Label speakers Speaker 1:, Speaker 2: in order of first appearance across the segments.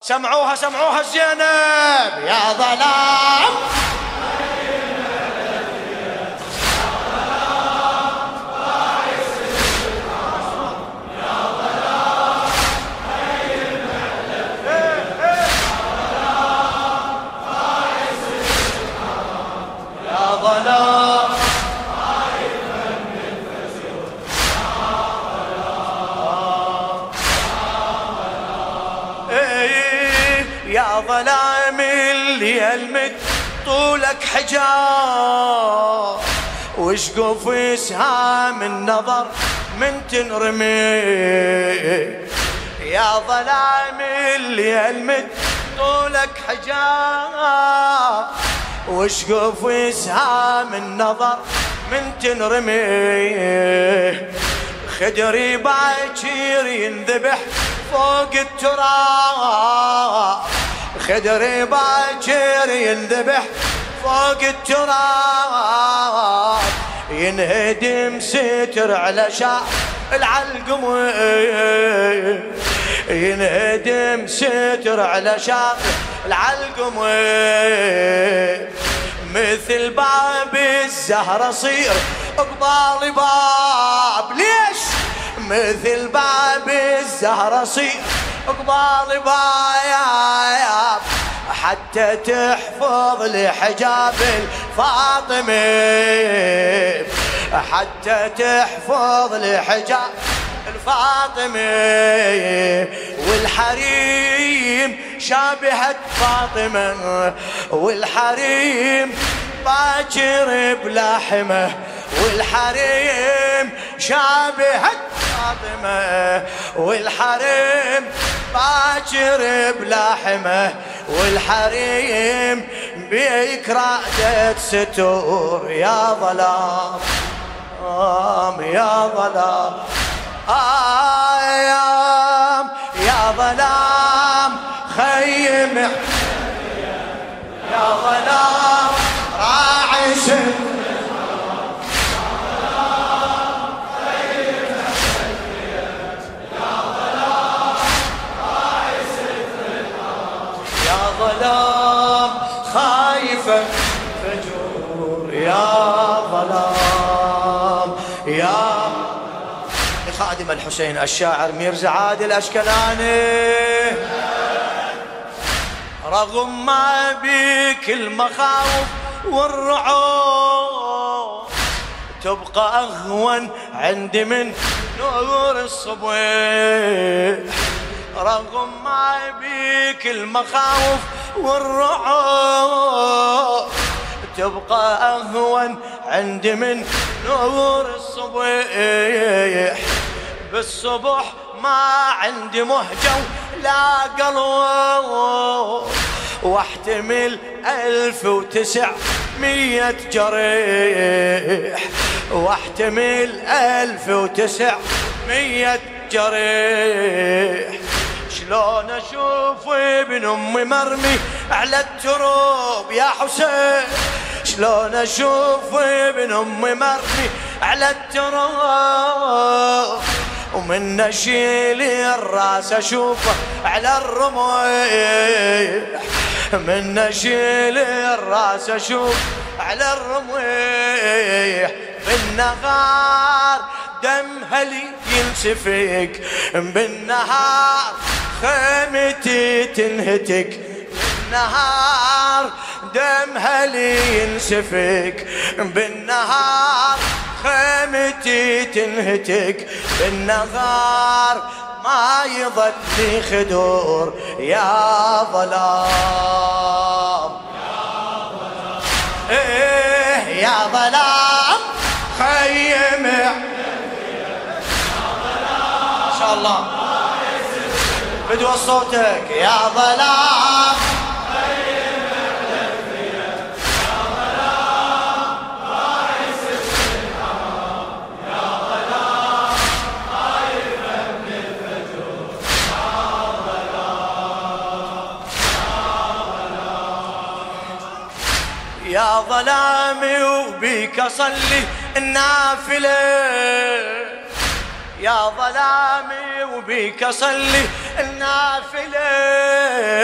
Speaker 1: سمعوها سمعوها زينب يا ظلام يا ظلام يا ظلام اللي يلمك طولك حجاب وشقف اسهام النظر من تنرمي يا ظلام اللي يلمك طولك حجاب وشقف اسهام النظر من تنرمي خدري باكر ينذبح فوق التراب خدري باكر ينذبح فوق التراب ينهدم ستر على شعر العلقم ينهدم ستر على شعر العلقم مثل باب الزهرة صير قبال باب ليش مثل باب الزهرة صير قبال باب حتى تحفظ لحجاب الفاطمة حتى تحفظ لحجاب الفاطمة والحريم شابهت فاطمة والحريم باكر بلحمه والحريم شابهت فاطمة والحريم باكر بلحمه والحريم بيك رادت ستور يا ظلام يا ظلام يا ظلام خيم يا ظلام راعي ظلام خايفة فجور يا ظلام يا خادم الحسين الشاعر ميرزا عادل الأشكلاني رغم ما بيك المخاوف والرعب تبقى أهون عندي من نور الصبح رغم ما بيك المخاوف والرعب تبقى أهون عندي من نور الصبح بالصبح ما عندي مهجة لا قلب واحتمل 1900 جريح واحتمل 1900 جريح شلون اشوف ابن امي مرمي على التراب يا حسين شلون اشوف ابن امي مرمي على التراب ومن اشيل الراس اشوفه على الرميح من اشيل الراس اشوف على الرميح بالنهار دمها لي ينسفك بالنهار خيمتي تنهتك بالنهار دمها لي ينسفك بالنهار خيمتي تنهتك بالنهار ما يظل لي خدور يا ظلام ايه يا ظلام خيم ان شاء الله بدو صوتك يا ظلام يا ظلامي وبيك أصلي النافلة يا ظلامي وبيك أصلي النافلة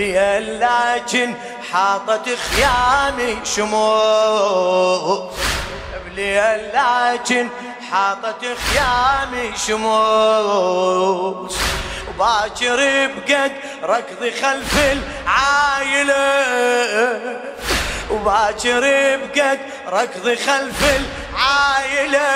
Speaker 1: بليل لكن حاطت خيامي شموس، بليل لكن حاطت خيامي شموس، وباكر بقد ركضي خلف العايلة، وباكر بقد ركضي خلف العايلة،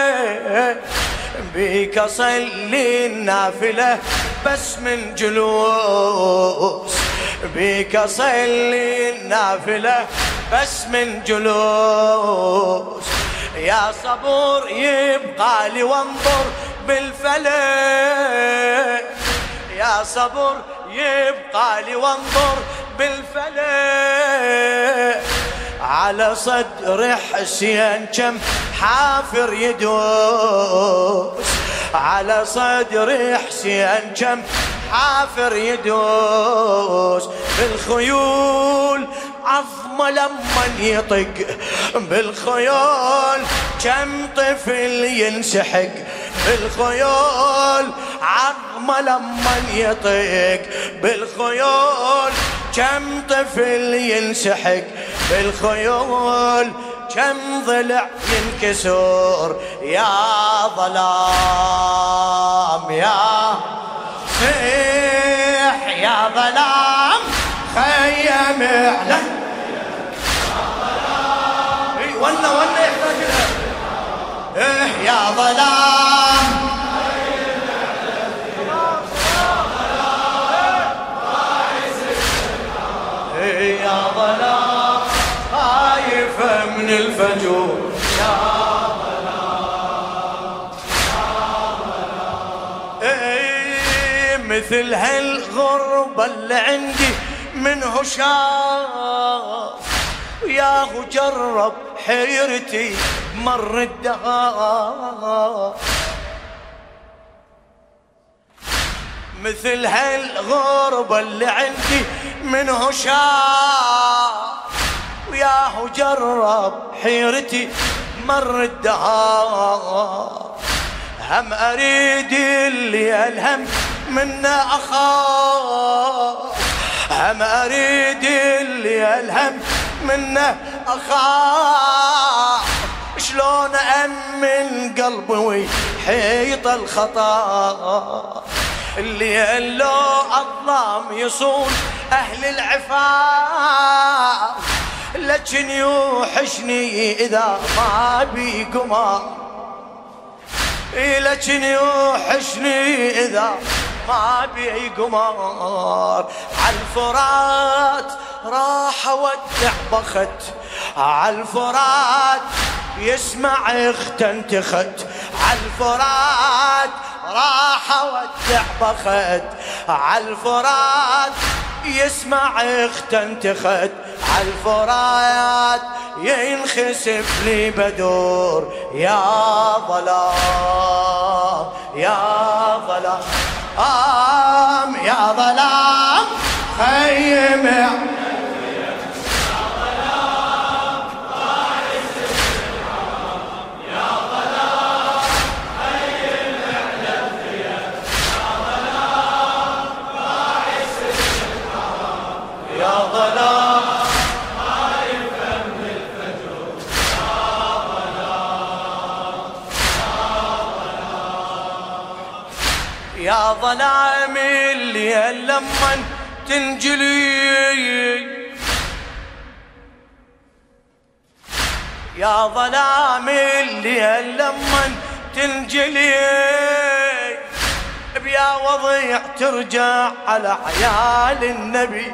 Speaker 1: بيك اصلي النافلة بس من جلوس، بيك اصلي النافلة بس من جلوس، يا صبور يبقى لي وانظر بالفلك، يا صبور يبقى لي وانظر بالفلك، على صدر حسين كم حافر يدوس، على صدر حسين كم حافر يدوس، بالخيول عظمه لمن يطق، بالخيول كم طفل ينسحق، بالخيول عظمه لمن يطق، بالخيول كم طفل ينسحق، بالخيول كم ضلع ينكسر، يا ظلام يا صيح، يا ظلام خيم على ولا يحتاج لها، يا ظلام يا ظلام خايفة من الفجور، يا ظلام يا ظلام، مثل هالغربة اللي عندي منه شاف، وياه جرب حيرتي مر الدهار، مثل هالغربة اللي عندي منه شاف، وياه جرب حيرتي مر الدهار، هم أريد اللي ألهم منه أخاف، هم أريد اللي ألهم منه أخاف، شلون أمن قلبي ويحيط الخطا، اللي لو الظلام يصون أهل العفاف، لكن يوحشني إذا ما بي قمار، لكن يوحشني إذا ما بي قمار، عالفرات راح اودع بخت، عالفرات يسمع اختنتخت، عالفرات راح اودع بخت، عالفرات يسمع اختنتخت، عالفرات ينخسف لي بدور، يا ظلام يا ظلام يا ظلام خيم يا ظلام اللي لمن تنجلي، يا ظلام اللي لمن تنجلي، بيا وضيع ترجع على عيال النبي،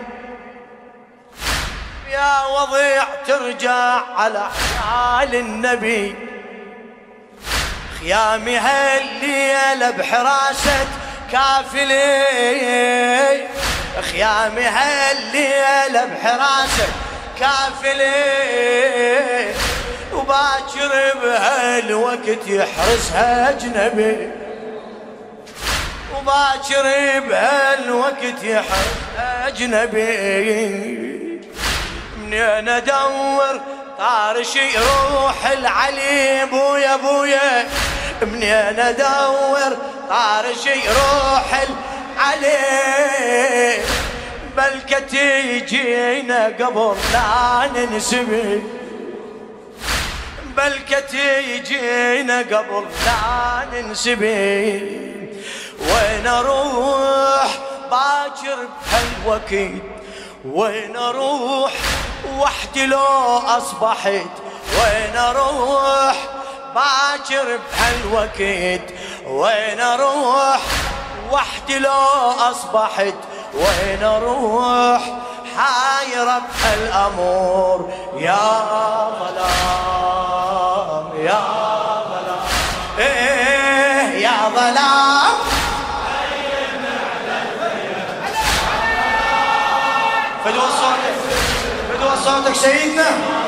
Speaker 1: يا وضيع ترجع على عيال النبي، خيامي هالليلة بحراسة كافلي، خيامي هالليلة بحراسة كافلي، وباكر بهالوقت يحرسها أجنبي، وباكر بهالوقت يحرسها أجنبي، منين أدور طارش يروح العلي، بويا بويا منين ادور طارش يروح العلي، بل بلكة يجينا قبل لا ننسبي، بلكة يجينا قبل لا ننسبي، وين اروح باكر بهالوقت، وين اروح وحدي لو اصبحت، وين اروح باكر بهالوقت، وين اروح وحدي لو اصبحت، وين اروح حايرة بهالامور يا ظلام يا ظلام، ايه يا ظلام. فدوى صوتك فدوى صوتك سيدنا.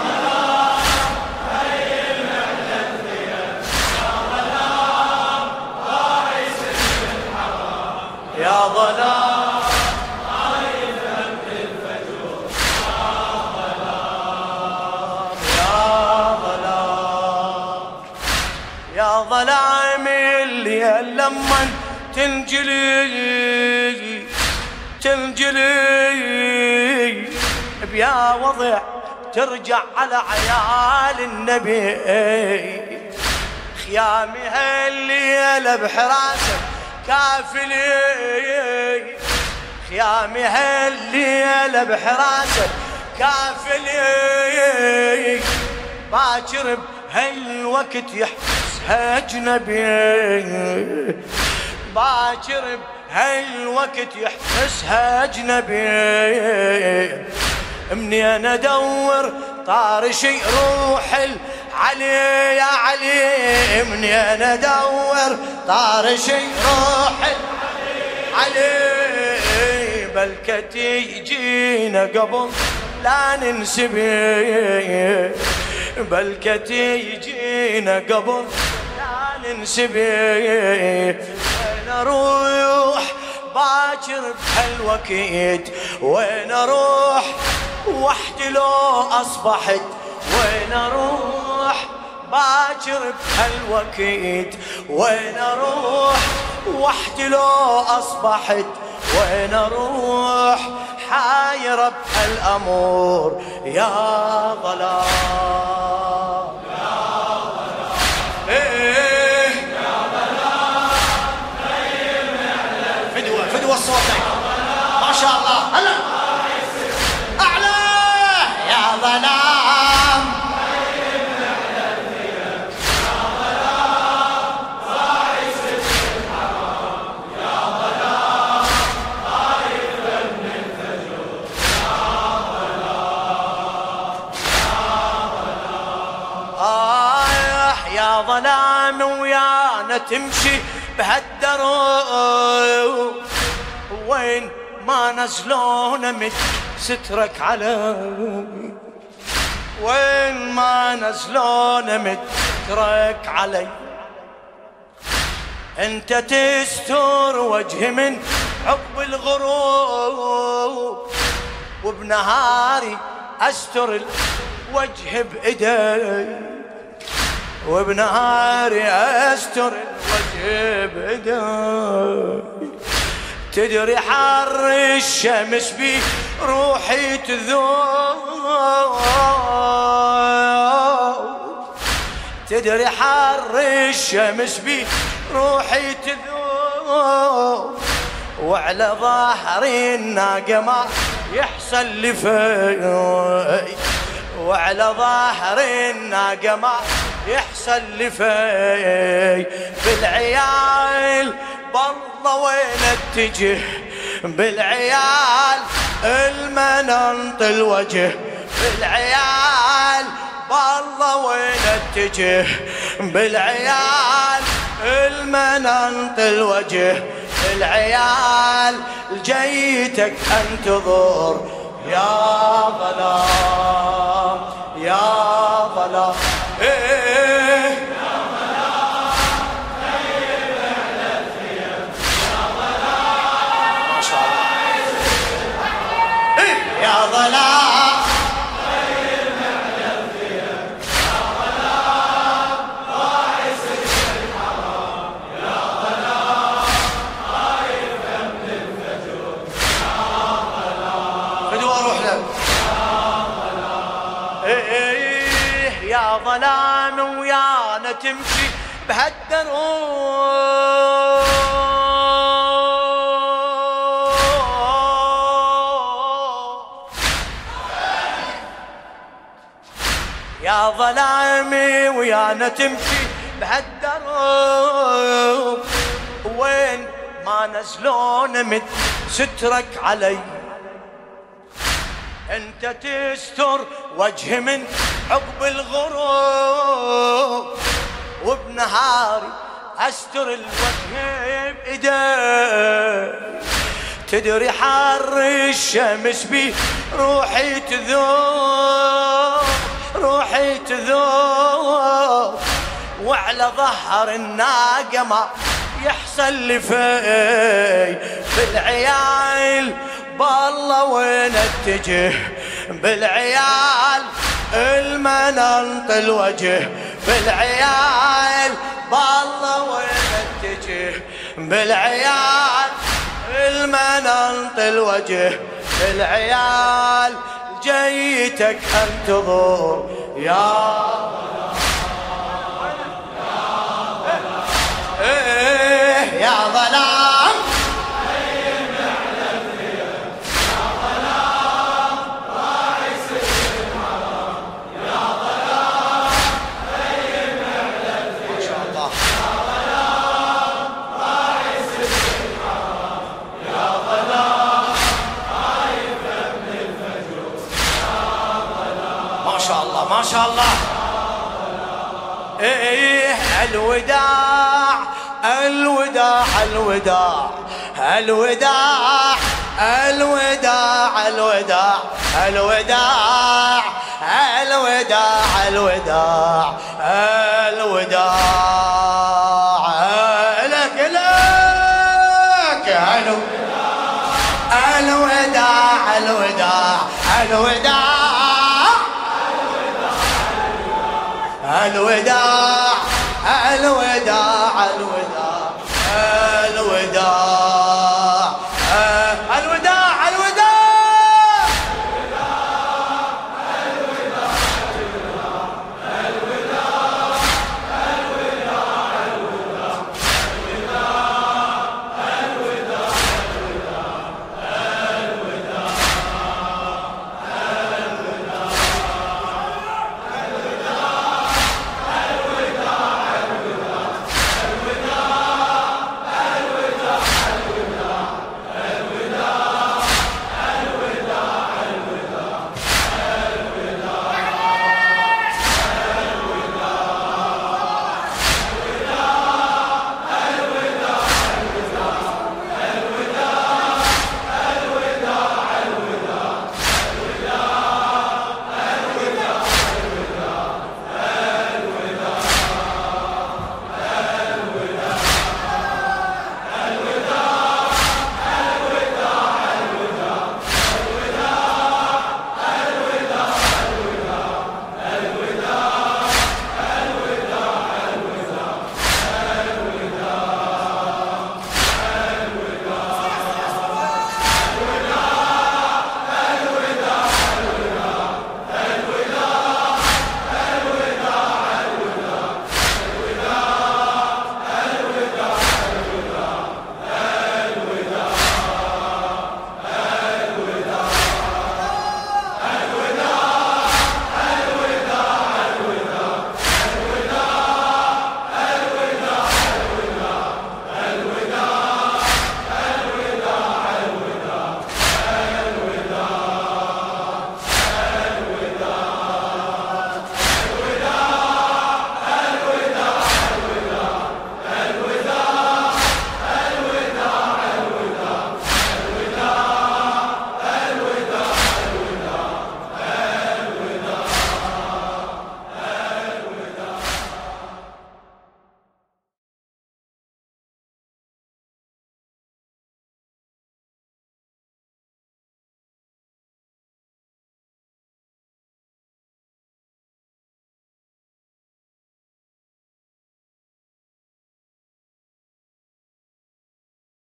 Speaker 1: يا ظلام يا ظلام الليل لمن تنجلي تنجلي بيا وضع ترجع على عيال النبي، خيامي هالليل بحراسه كافلي، خيامي هالليل بحراسه كافلي، باكر بهالوقت يحسها اجنبي، باكر بهالوقت يحسها اجنبي، منين ادور طار شي روح علي يا علي، منين ادور طار شي روح علي، بلكة يجينا قبل لا ننسبي، بلكة يجينا قبل لا ننسبي، وين اروح باكر بهالوقت، وين اروح وحدي لو اصبحت، وين اروح باكر بهالوقت، وين اروح وحدي لو اصبحت، وين اروح حايرة بهالامور يا ظلام يا ظلام، ايه يا ظلام. فدوة فدوة صوتك ما شاء الله، هلا اعلى يا ظلام. يا ظلام ويانا تمشي بهالدرب، وين ما نزلونا مت سترك علي، وين ما نزلونا مت سترك علي، انت تستر وجهي من عقب الغروب، وبنهاري استر الوجه بايدي، وبنهاري استر الوجه بايدي، تدري حر الشمس بي روحي تذوب، تدري حر الشمس بي روحي تذوب، وعلى ظهري الناقة ما يحصل لي في، وعلى ظهري الناقة ما يحصل لي في، بالعيال بالله وين اتجه، بالعيال المننط الوجه، بالعيال بالله وين اتجه، بالعيال المننط الوجه، بالعيال جيتك انتظر يا ظلام يا ظلام، إيه يا ظلام غيب على الثياب يا ظلام، ما شاء الله، إيه يا ظلام غيب على الثياب يا ظلام، باعث الحرام يا ظلام، خايف من الفجر يا ظلام. بدو اروح له. يا ظلام ويانا تمشي بهالدروب، يا ظلامي ويانا تمشي بهالدروب، وين ما نزلون مت سترك علي، انت تستر وجهي من عقب الغروب، وبنهاري استر الوجه بايدي، تدري حر الشمس بي روحي تذوب، روحي تذوب، وعلى ظهر الناقة ما يحصل لي بالعيال بالله وين اتجه، بالعيال المننط الوجه، بالعيال بالله وين اتجه، بالعيال المننط الوجه، بالعيال جيتك انتظر يا يا ظلام، يا ظلام راعي سجن الحرام، يا ظلام خيم على الفيل، ما شاء الله، يا ظلام راعي سجن الحرام، يا ظلام خايف من الفجور، يا ظلام، ما شاء الله ما شاء الله. ايه الوداع الوداع الوداع الوداع الوداع الوداع الوداع الوداع الوداع الوداع لك لك الوداع الوداع الوداع الوداع